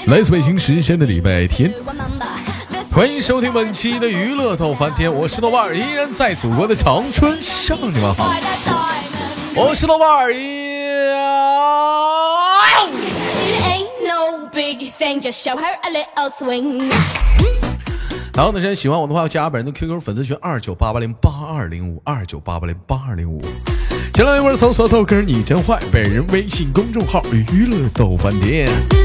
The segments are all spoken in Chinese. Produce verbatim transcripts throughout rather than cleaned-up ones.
来自北京时间的礼拜天，欢迎收听本期的娱乐逗翻天，我是豆瓣儿，依然在祖国的长春向你们好，我是豆瓣儿一。好的，时间喜欢我的话，加本人的 Q Q 粉丝群二九八八零八二零五二九八八零八二零五，前来一会儿搜索豆哥你真坏，本人微信公众号娱乐逗翻天。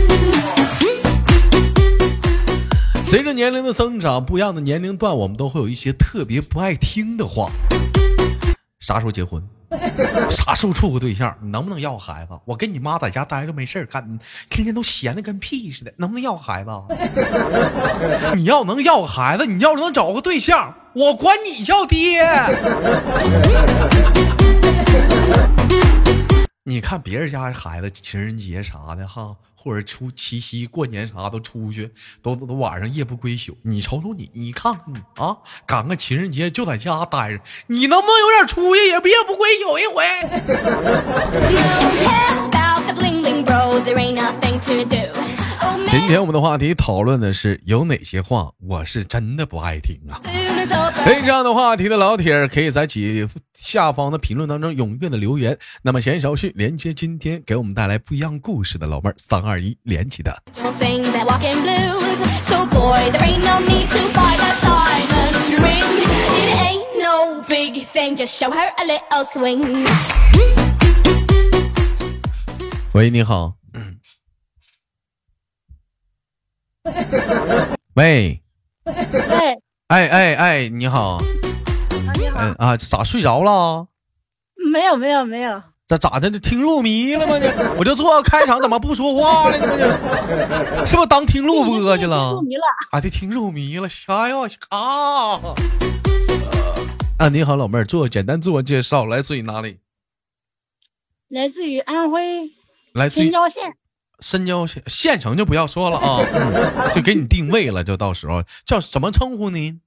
随着年龄的增长，不一样的年龄段，我们都会有一些特别不爱听的话。啥时候结婚？啥时候处个对象？你能不能要个孩子？我跟你妈在家待着没事干，天天都闲的跟屁似的，能不能要个孩子？你要能要个孩子，你要能找个对象，我管你叫爹。你看别人家孩子情人节啥的哈，或者出七夕过年啥都出去，都都晚上夜不归宿。你瞅瞅你，你看看你啊，赶个情人节就在家待着，你能不能有点出息，也夜不归宿一回？今天我们的话题讨论的是有哪些话我是真的不爱听啊。对这样的话题的老铁可以在其下方的评论当中踊跃的留言。那么闲少叙，连接今天给我们带来不一样故事的老妹儿，三二一连起的。喂，你好。喂， 喂， 哎哎哎，你好。 你好。 嗯啊，咋睡着了？ 没有没有没有。 这咋的？这听入迷了吗？这我就做开场，怎么不说话了呢？这是不是当听录播去了？ 入迷了。 啊，这听入迷了。哎呦啊！啊，你好，老妹儿，做简单自我介绍，来自于哪里？ 来自于安徽来自于深郊县。 深郊县县城就不要说了啊，嗯，就给你定位了，就到时候叫什么称呼您？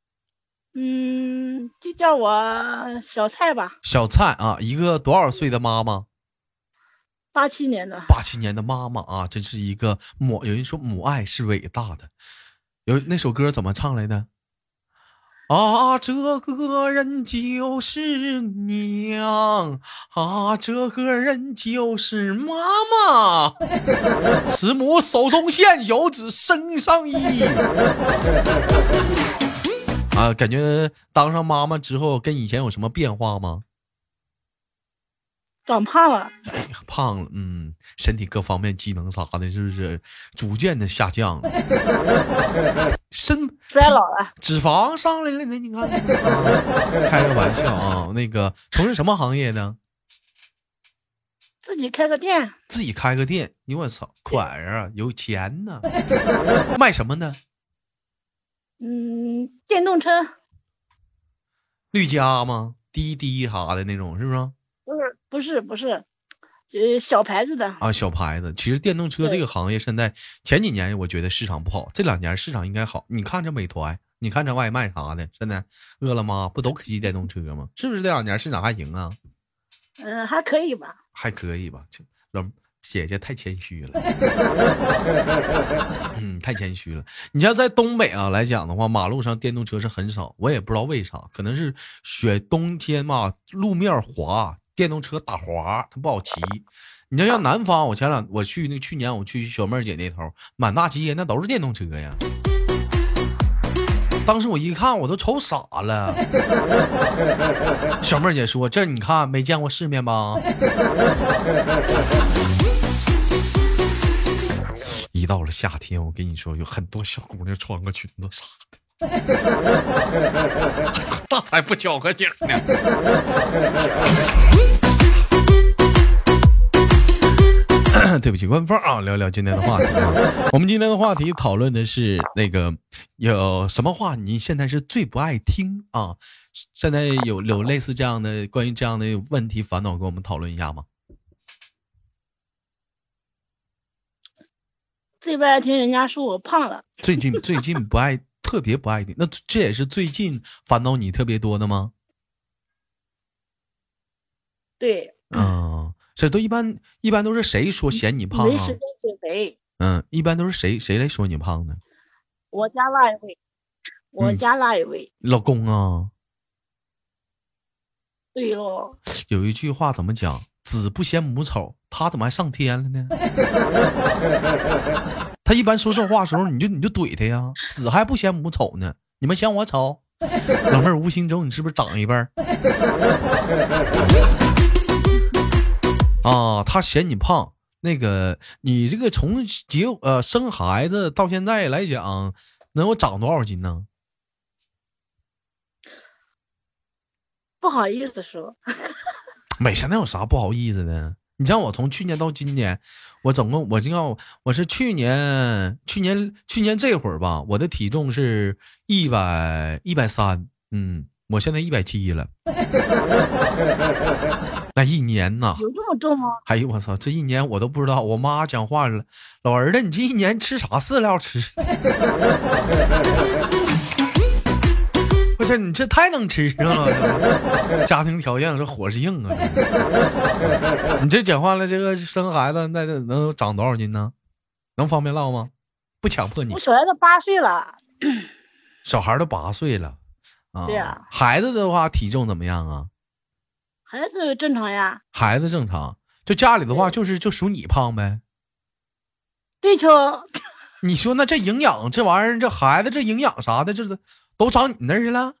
嗯，就叫我小蔡吧。 小蔡啊，一个多少岁的妈妈？ 八七年的。 八七年的妈妈啊，这是一个母，有人说母爱是伟大的。有那首歌怎么唱来的？啊，这个人就是娘啊，这个人就是妈妈。慈母手中线，游子身上衣。啊，感觉当上妈妈之后，跟以前有什么变化吗？ 长胖了。 哎，胖了，嗯，身体各方面机能啥的，是不是逐渐的下降了？身衰老了， 脂肪上来了呢？你看，啊、开个玩笑啊。那个从事什么行业呢？ 自己开个店。 自己开个店，你我操，款儿啊，有钱呢。卖什么呢？ 嗯，电动车。 绿家吗？滴滴啥的那种，是不是？ 不是不是不是，呃，小牌子的啊，小牌子。其实电动车这个行业现在前几年我觉得市场不好，这两年市场应该好。你看这美团，你看这外卖啥的，现在饿了么不都可骑电动车吗？是不是这两年市场还行啊？ 嗯、呃，还可以吧， 还可以吧。老姐姐太谦虚了。嗯，太谦虚了。你像在东北啊来讲的话，马路上电动车是很少，我也不知道为啥，可能是雪冬天嘛，路面滑，电动车打滑，它不好骑。你要像南方，我前两我去那去年我去小妹儿姐那头，满大街那都是电动车呀。当时我一看我都瞅傻了。小妹儿姐说：“这你看没见过世面吧？”一到了夏天，我跟你说，有很多小姑娘穿个裙子啥的，那才不交个景呢。对不起，官方啊，聊聊今天的话题啊。我们今天的话题讨论的是那个有什么话你现在是最不爱听啊？现在有有类似这样的关于这样的问题烦恼，跟我们讨论一下吗？ 最不爱听人家说我胖了。 最近最近不爱，特别不爱听，那这也是最近烦恼你特别多的吗？ 对， 嗯，这都一般一般都是谁说嫌你胖啊？ 没时间减肥。 嗯，一般都是谁谁来说你胖的？ 我家那一位，我嗯家那一位， 老公啊。 对喽， 有一句话怎么讲？子不嫌母丑，他怎么还上天了呢？他一般说这话的时候，你就你就怼他呀。子还不嫌母丑呢，你们嫌我丑？老妹儿，无形中你是不是长一辈儿？啊，他嫌你胖。那个，你这个从结呃生孩子到现在来讲，能有长多少斤呢？ 不好意思说。 没啥，那有啥不好意思的？你像我从去年到今年，我总共我就要我是去年去年去年这会儿吧，我的体重是一百一百三，嗯，我现在一百七了。那一年呐， 有这么重吗？ 哎呦我操，这一年我都不知道。我妈讲话了，老儿子，你这一年吃啥饲料吃？不是你这太能吃了，家庭条件这伙食硬啊！你这讲话了，这个生孩子那能长多少斤呢？能方便唠吗？不强迫你。 我小孩子八岁了。 小孩都八岁了啊！ 对呀。 孩子的话体重怎么样啊？ 孩子正常呀。 孩子正常，就家里的话就是就属你胖呗。 对球。 你说那这营养这玩意儿，这孩子这营养啥的，这是。都长你那儿去了，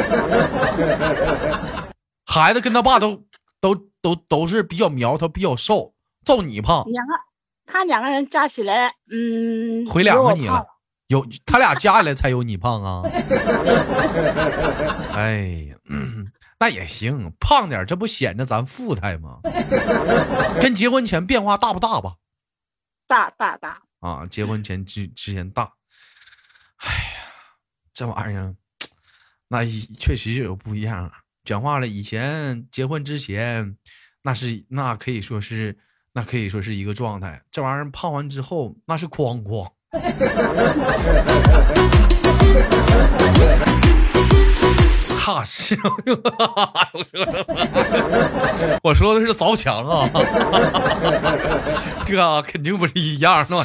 孩子跟他爸都都都都是比较苗条，比较瘦，就你胖。 两个，他两个人加起来，嗯， 回两个你了，有他俩加起来才有你胖啊。哎呀、嗯，那也行，胖点这不显着咱富态吗？跟结婚前变化大不大吧？ 大大大啊，结婚前之之前大。哎呀。这玩意儿，那确实是有不一样。讲话了，以前结婚之前，那是那可以说是那可以说是一个状态。这玩意儿胖完之后，那是哐哐。哈是，我说的是凿墙啊，这个肯定不是一样的。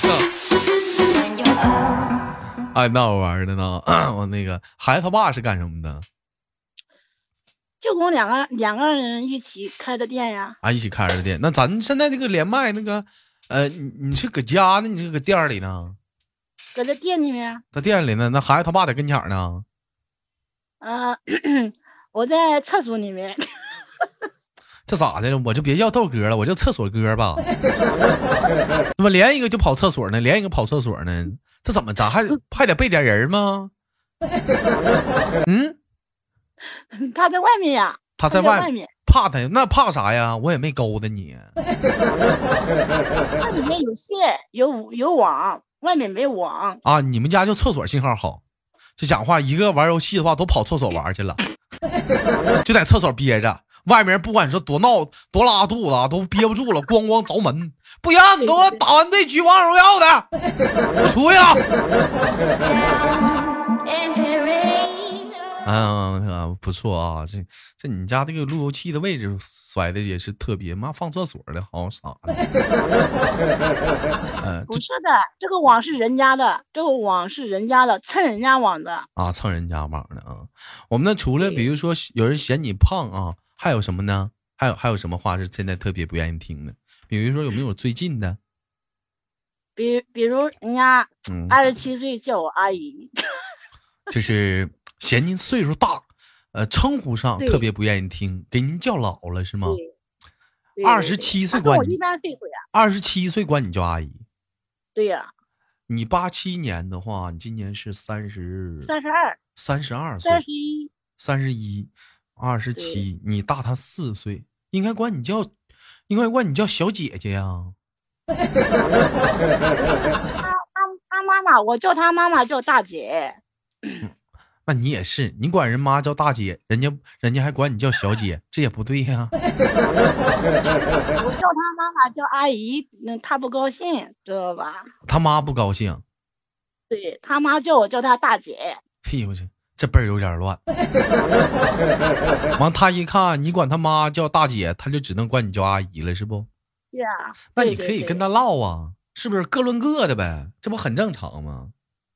哎，那我玩的呢？我那个孩子他爸是干什么的？ 就跟我两个两个人一起开的店呀。 啊，一起开着店。那咱现在这个连麦那个，呃，你你是搁家呢？你是搁店里呢？ 搁这店里面。 在店里呢。那孩子他爸在跟前呢？ 呃，我在厕所里面。 这咋的了？我就别叫豆哥了，我叫厕所哥吧。怎么连一个就跑厕所呢？连一个跑厕所呢？这怎么着？还还得备点人吗？嗯， 他在外面呀。 他在外面。 怕他？那怕啥呀？我也没勾搭你。 那里面有线，有有网，外面没网啊。你们家就厕所信号好？这讲话一个玩游戏的话，都跑厕所玩去了，就在厕所憋着。外面不管说多闹多拉肚子，都憋不住了，咣咣凿门，不让你给我打完这局王者荣耀的，我出去了。嗯，不错啊，这这你家这个路由器的位置甩的也是特别，妈放厕所的好傻的。 嗯，不是的，这个网是人家的，这个网是人家的，蹭人家网的啊，蹭人家网的啊。我们呢，除了比如说有人嫌你胖啊。还有什么呢？还有还有什么话是现在特别不愿意听的？比如说有没有最近的？ 比比如人家二十七岁叫我阿姨， 嗯、就是嫌您岁数大，呃，称呼上特别不愿意听，给您叫老了是吗？二十七岁管你一般岁数呀， 二十七岁管你叫阿姨。 对呀、啊。 你八七年的话，你今年是三十三十二， 三十二岁， 三十一， 三十一。二十七，你大他四岁，应该管你叫，应该管你叫小姐姐呀。 他他他妈妈，我叫他妈妈叫大姐。 嗯、那你也是，你管人妈叫大姐，人家人家还管你叫小姐，这也不对呀。 我叫他妈妈叫阿姨，那他不高兴，知道吧？ 他妈不高兴。 对他妈叫我叫他大姐。 嘿呦我去！这辈儿有点乱，完他一看你管他妈叫大姐，他就只能管你叫阿姨了，是不？ 是啊。 那你可以跟他唠啊， 是不是各论各的呗？这不很正常吗？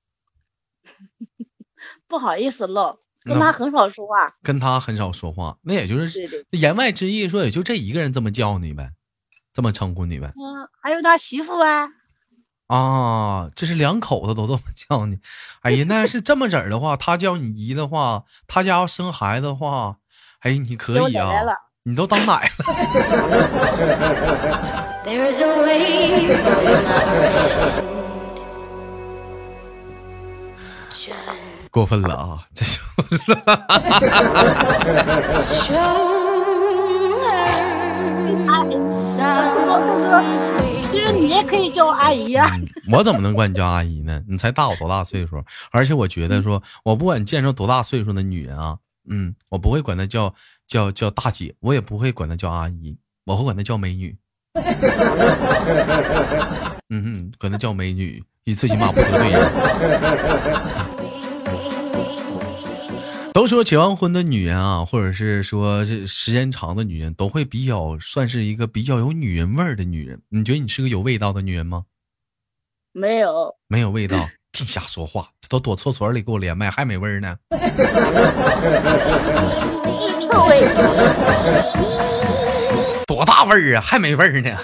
不好意思喽，跟他很少说话， 跟他很少说话，那也就是对对言外之意说，也就这一个人这么叫你呗，这么称呼你呗。 嗯，还有他媳妇啊。 啊，这是两口子都这么叫你。哎呀，那要是这么整的话，他叫你姨的话，他家要生孩子的话，哎，你可以啊，你都当奶了。过分了啊！这是。 其实你也可以叫我阿姨呀、啊嗯。我怎么能管你叫阿姨呢？你才大我多大岁数？而且我觉得说，我不管见着多大岁数的女人啊，嗯，我不会管她叫叫叫大姐，我也不会管她叫阿姨，我会管她叫美女。嗯哼，管她叫美女，你最起码不得罪人。都说结完婚的女人啊，或者是说这时间长的女人，都会比较算是一个比较有女人味儿的女人。你觉得你是个有味道的女人吗？ 没有， 没有味道，净瞎说话，这都躲厕所里给我连麦，还没味儿呢。 臭味， 多大味儿啊，还没味儿呢。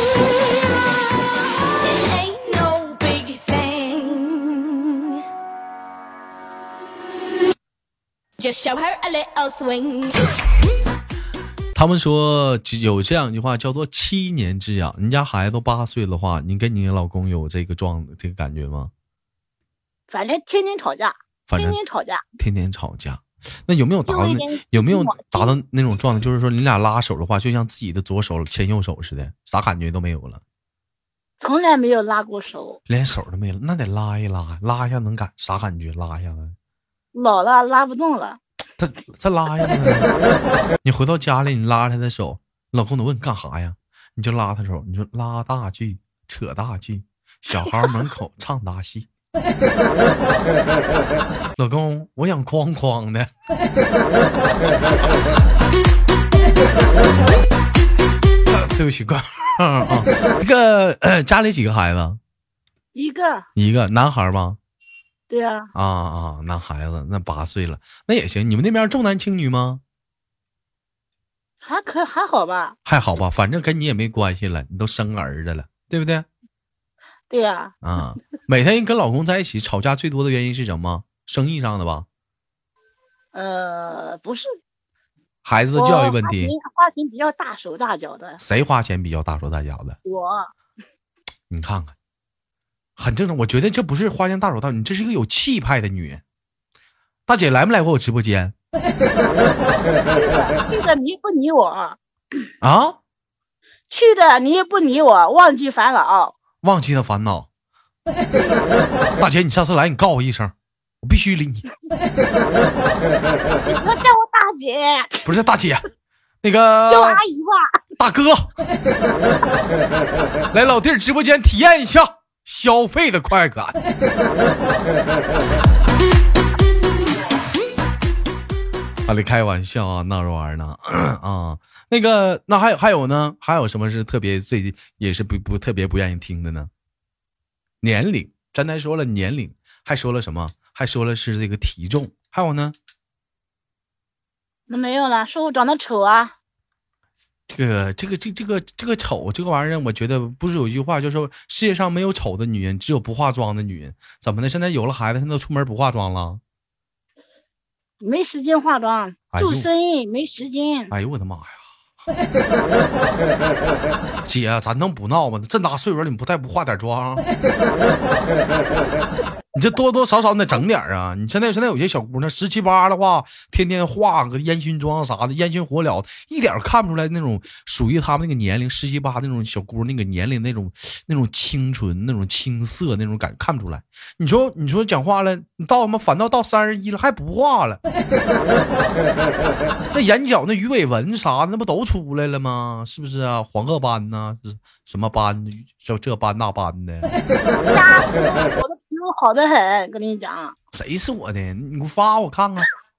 他们说有这样一句话叫做七年之痒。人家孩子都八岁的话，你跟你老公有这个状这个感觉吗？ 反正天天吵架，天天吵架， 天天吵架。那有没有达到有没有达到那种状态？就是说你俩拉手的话，就像自己的左手牵右手似的，啥感觉都没有了。 从来没有拉过手， 连手都没了，那得拉一拉，拉一下能感啥感觉？拉一下子。 老了拉不动了， 他他拉呀呢？你回到家里，你拉他的手，老公都问你干啥呀？你就拉他手，你说拉大锯，扯大锯，小孩门口唱大戏。老公，我想哐哐的。对不起，关啊。那个、呃、家里几个孩子？ 一个， 一个男孩吗？ 对啊， 啊啊，男孩子那八岁了，那也行。你们那边重男轻女吗？ 还可还好吧， 还好吧，反正跟你也没关系了，你都生儿子了，对不对？ 对呀、 啊。啊，每天跟老公在一起吵架最多的原因是什么？生意上的吧？ 呃，不是， 孩子的教育问题。 花钱花钱比较大手大脚的。 谁花钱比较大手大脚的？ 我。 你看看。很正常，我觉得这不是花钱大手大脚，你这是一个有气派的女人。大姐来没来过我直播间？ 去的，去的你不理我啊？去的你也不理我，忘记烦恼， 忘记了烦恼。大姐，你下次来你告我一声，我必须理你。你不要叫我大姐， 不是大姐，那个叫阿姨吧。 大哥，来老弟儿直播间体验一下消费的快感。啊，你开玩笑啊，闹着玩呢啊。那个，那还有还有呢？还有什么是特别最也是不不特别不愿意听的呢？年龄，刚才说了年龄，还说了什么？还说了是这个体重，还有呢？ 那没有了，说我长得丑啊。 这个这个这这个这个丑这个玩意儿，我觉得不是有一句话，就是说世界上没有丑的女人，只有不化妆的女人。怎么的？现在有了孩子，现在都出门不化妆了？ 没时间化妆， 哎、 做生意没时间。 哎呦我的妈呀！姐，咱能不闹吗？这么大岁数了，你不带不化点妆？你这多多少少你得整点啊！你现在现在有些小姑娘十七八的话，天天化个烟熏妆啥的，烟熏火燎，一点看不出来那种属于他们那个年龄十七八那种小姑那个年龄那种那种清纯那种青涩那种感看不出来。你说你说讲话了，你到他妈反倒到三十一了还不化了，那眼角那鱼尾纹啥的那不都出来了吗？是不是啊？黄褐斑呢、啊？什么斑？这这斑那斑的？ 家我的皮肤好的很，跟你讲。 谁是我的？你给我发我看看，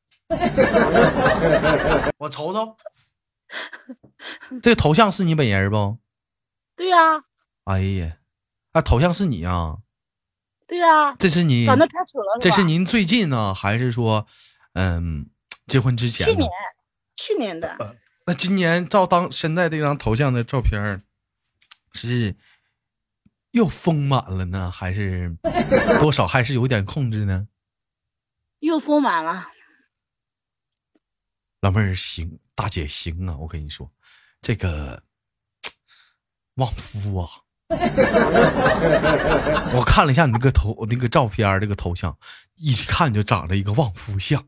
我瞅瞅。这个头像是你本人不？ 对呀、啊。 哎呀， 啊，头像是你啊？ 对呀、啊， 这是你长得太丑了， 这是您最近呢，还是说，嗯，结婚之前呢？ 去年，去年的。 呃、那今年照当现在这张头像的照片，是又丰满了呢，还是多少还是有点控制呢？ 又丰满了。 老妹儿行，大姐行啊！我跟你说，这个旺夫啊，我看了一下你那个头那个照片，这个头像，一看就长了一个旺夫相。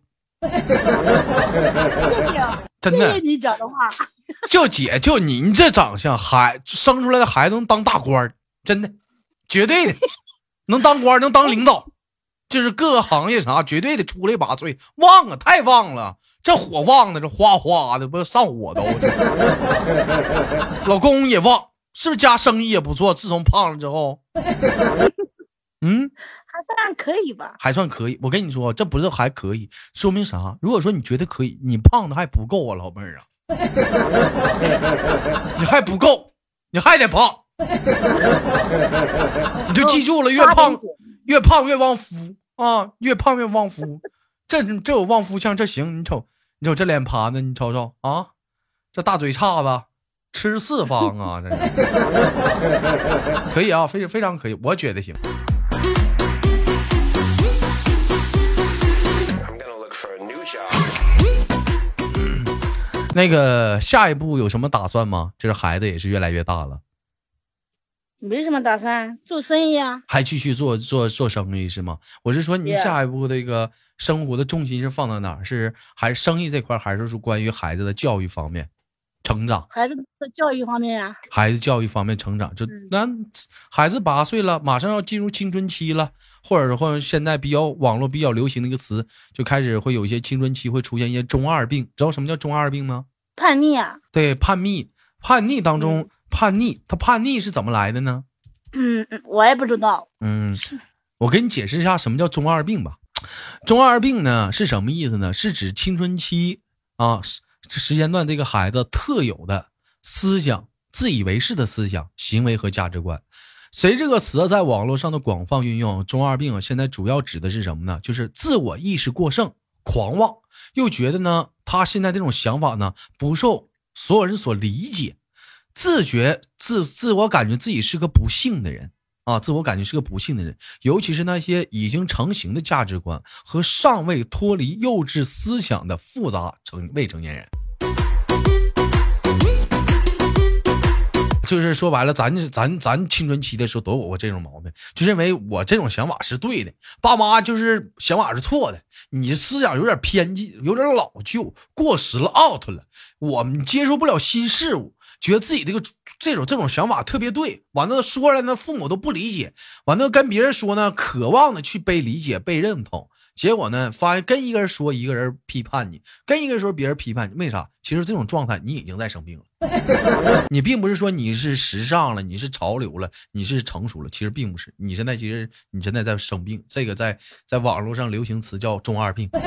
谢谢啊， 真的， 谢谢你讲的话。 就姐就您这长相，孩生出来的孩子能当大官，真的，绝对的，能当官，能当领导，就是各个行业啥，绝对的出类拔萃，旺啊，太旺了。这火旺的，这哗哗的，不上火都。老公也旺，是不是家生意也不错？自从胖了之后，嗯， 还算可以吧， 还算可以。我跟你说，这不是还可以，说明啥？如果说你觉得可以，你胖的还不够啊，老妹儿啊，你还不够，你还得胖，你就记住了，越胖越胖越旺夫啊，越胖越旺夫。这这有旺夫相，这行，你瞅，你瞅这脸盘子，你瞅瞅啊，这大嘴叉子，吃四方啊，这是可以啊，非非常可以，我觉得行。嗯、那个下一步有什么打算吗？就是孩子也是越来越大了。 没什么打算，做生意啊， 还继续做做做生意是吗？我是说你下一步这个生活的重心是放在哪儿？是还是生意这块，还是说关于孩子的教育方面成长？ 孩子的教育方面啊， 孩子教育方面成长，就、嗯、那孩子八岁了，马上要进入青春期了，或者或者现在比较网络比较流行的一个词，就开始会有一些青春期会出现一些中二病，知道什么叫中二病吗？ 叛逆啊， 对，叛逆，叛逆当中。嗯叛逆，他叛逆是怎么来的呢？ 嗯，我也不知道。 嗯，我给你解释一下什么叫中二病吧。中二病呢是什么意思呢？是指青春期啊时间段这个孩子特有的思想、自以为是的思想、行为和价值观。随这个词在网络上的广泛运用，中二病现在主要指的是什么呢？就是自我意识过剩、狂妄，又觉得呢他现在这种想法呢不受所有人所理解。自觉自自我感觉自己是个不幸的人啊，自我感觉是个不幸的人，尤其是那些已经成型的价值观和尚未脱离幼稚思想的复杂成未成年人。就是说白了，咱咱咱青春期的时候都有过这种毛病，就认为我这种想法是对的，爸妈就是想法是错的，你思想有点偏激，有点老旧，过时了 out 了，我们接受不了新事物。觉得自己这个这种这种想法特别对，完了说了呢，父母都不理解，完了跟别人说呢，渴望的去被理解、被认同，结果呢，发现跟一个人说，一个人批判你，跟一个人说，别人批判你，为啥？其实这种状态你已经在生病了，你并不是说你是时尚了，你是潮流了，你是成熟了，其实并不是，你现在其实你现在在生病，这个在在网络上流行词叫中二病。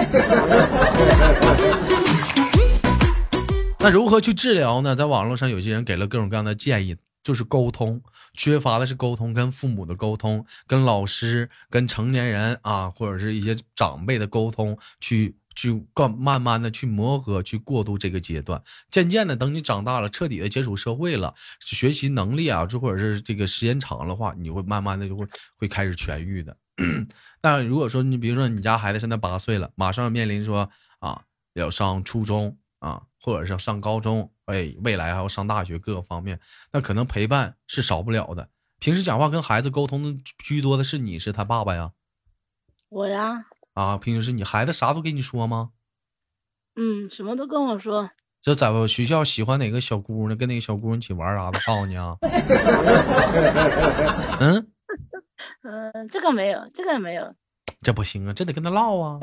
那如何去治疗呢？在网络上有些人给了各种各样的建议，就是沟通，缺乏的是沟通，跟父母的沟通，跟老师，跟成年人啊，或者是一些长辈的沟通，去去慢慢的去磨合，去过渡这个阶段。渐渐的，等你长大了，彻底的接触社会了，学习能力啊，或者是这个时间长的话，你会慢慢的就会会开始痊愈的。但如果说你比如说你家孩子现在八岁了，马上面临说啊要上初中啊，或者是上高中，哎，未来还要上大学，各个方面，那可能陪伴是少不了的。平时讲话跟孩子沟通的居多的是你是他爸爸呀？ 我呀。 啊，平时是你孩子啥都跟你说吗？ 嗯，什么都跟我说。 就在学校喜欢哪个小姑娘，跟那个小姑娘一起玩啥的，告诉你啊。嗯。 嗯、呃，这个没有，这个没有。 这不行啊，这得跟他唠啊，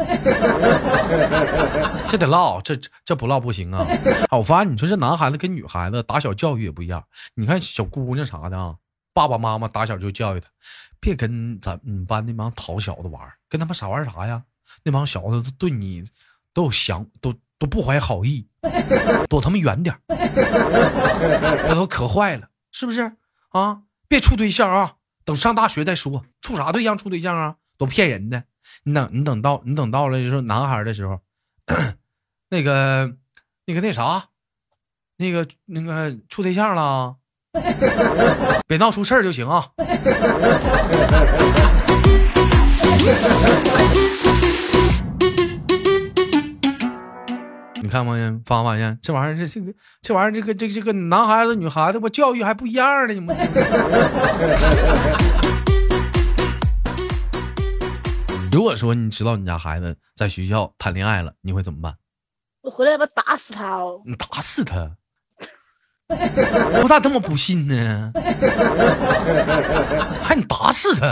这得唠，这这不唠不行啊！啊，我发现你说这男孩子跟女孩子打小教育也不一样。你看小姑娘啥的啊，爸爸妈妈打小就教育他，别跟咱们班那帮淘小子玩，跟他们啥玩啥呀？那帮小子都对你都有想，都都不怀好意，躲他们远点，那都可坏了，是不是啊？别处对象啊！ 等上大学再说，处啥对象处对象啊，都骗人的。你等你等到你等到了就是男孩的时候，那个那个那啥，那个那个处对象了，别闹出事儿就行啊。你看没发没发现这玩意儿，这这个这玩意儿，这个这个这个男孩子女孩子不教育还不一样的，你们。如果说你知道你家孩子在学校谈恋爱了，你会怎么办？ 我回来要不打死他哦！ 你打死他！我咋这么不信呢？还你打死他！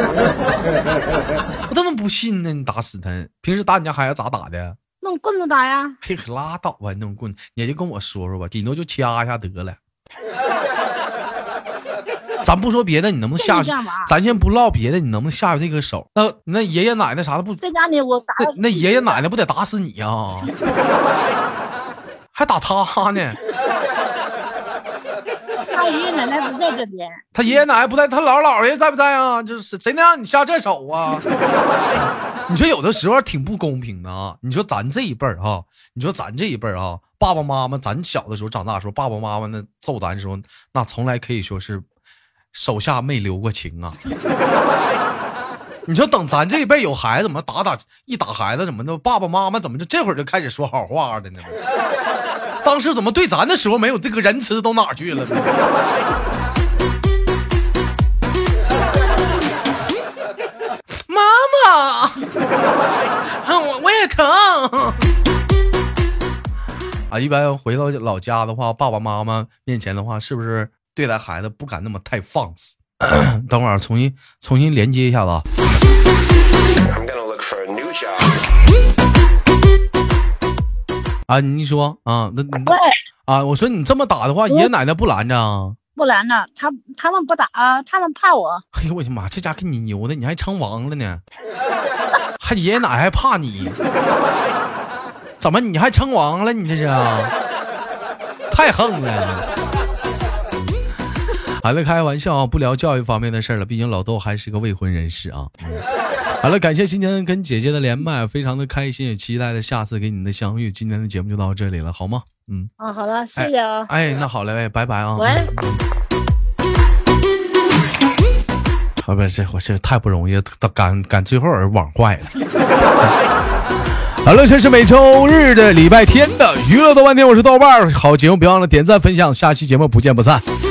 我这么不信呢？你打死他！平时打你家孩子咋打的？ 弄棍子打呀！ 嘿，可拉倒吧！弄棍，你就跟我说说吧，顶多就掐一下得了。咱不说别的，你能不能下去？咱先不唠别的，你能不能下去这个手？那那爷爷奶奶啥的不在家里我打那，那爷爷奶奶不得打死你呀、啊？还打他呢？ 他爷爷奶奶不在这边。 他爷爷奶奶不在，他姥姥姥爷在不在啊？就是谁能让你下这手啊？你说有的时候挺不公平的啊！你说咱这一辈儿哈，你说咱这一辈儿啊，爸爸妈妈，咱小的时候长大的时候，爸爸妈妈那揍咱的时候，那从来可以说是手下没留过情啊。你说等咱这一辈有孩子，怎么打打一打孩子怎么的，爸爸妈妈怎么就这会儿就开始说好话的呢？当时怎么对咱的时候没有这个仁慈都哪去了呢？妈妈，我我也疼啊！一般回到老家的话，爸爸妈妈面前的话，是不是对待孩子不敢那么太放肆？等会儿重新重新连接一下吧。啊，你说啊，那那啊，我说你这么打的话，爷爷奶奶不拦着啊？ 不拦着，他他们不打，他们怕我。 哎呦我的妈，这家给你牛的，你还称王了呢，还爷爷奶奶还怕你，怎么你还称王了？你这是太横了。好了，开玩笑啊，不聊教育方面的事了，毕竟老豆还是个未婚人士啊。嗯、好了，感谢今天跟姐姐的连麦，非常的开心，也期待着下次跟你的相遇。今天的节目就到这里了，好吗？嗯， 啊，好了，谢谢啊。 哎，哎那好嘞，拜拜啊。 喂。 啊，不是，我这太不容易，赶赶最后人网坏了。好了，这是每周日的礼拜天的娱乐豆瓣天，我是豆瓣，好节目别忘了点赞分享，下期节目不见不散。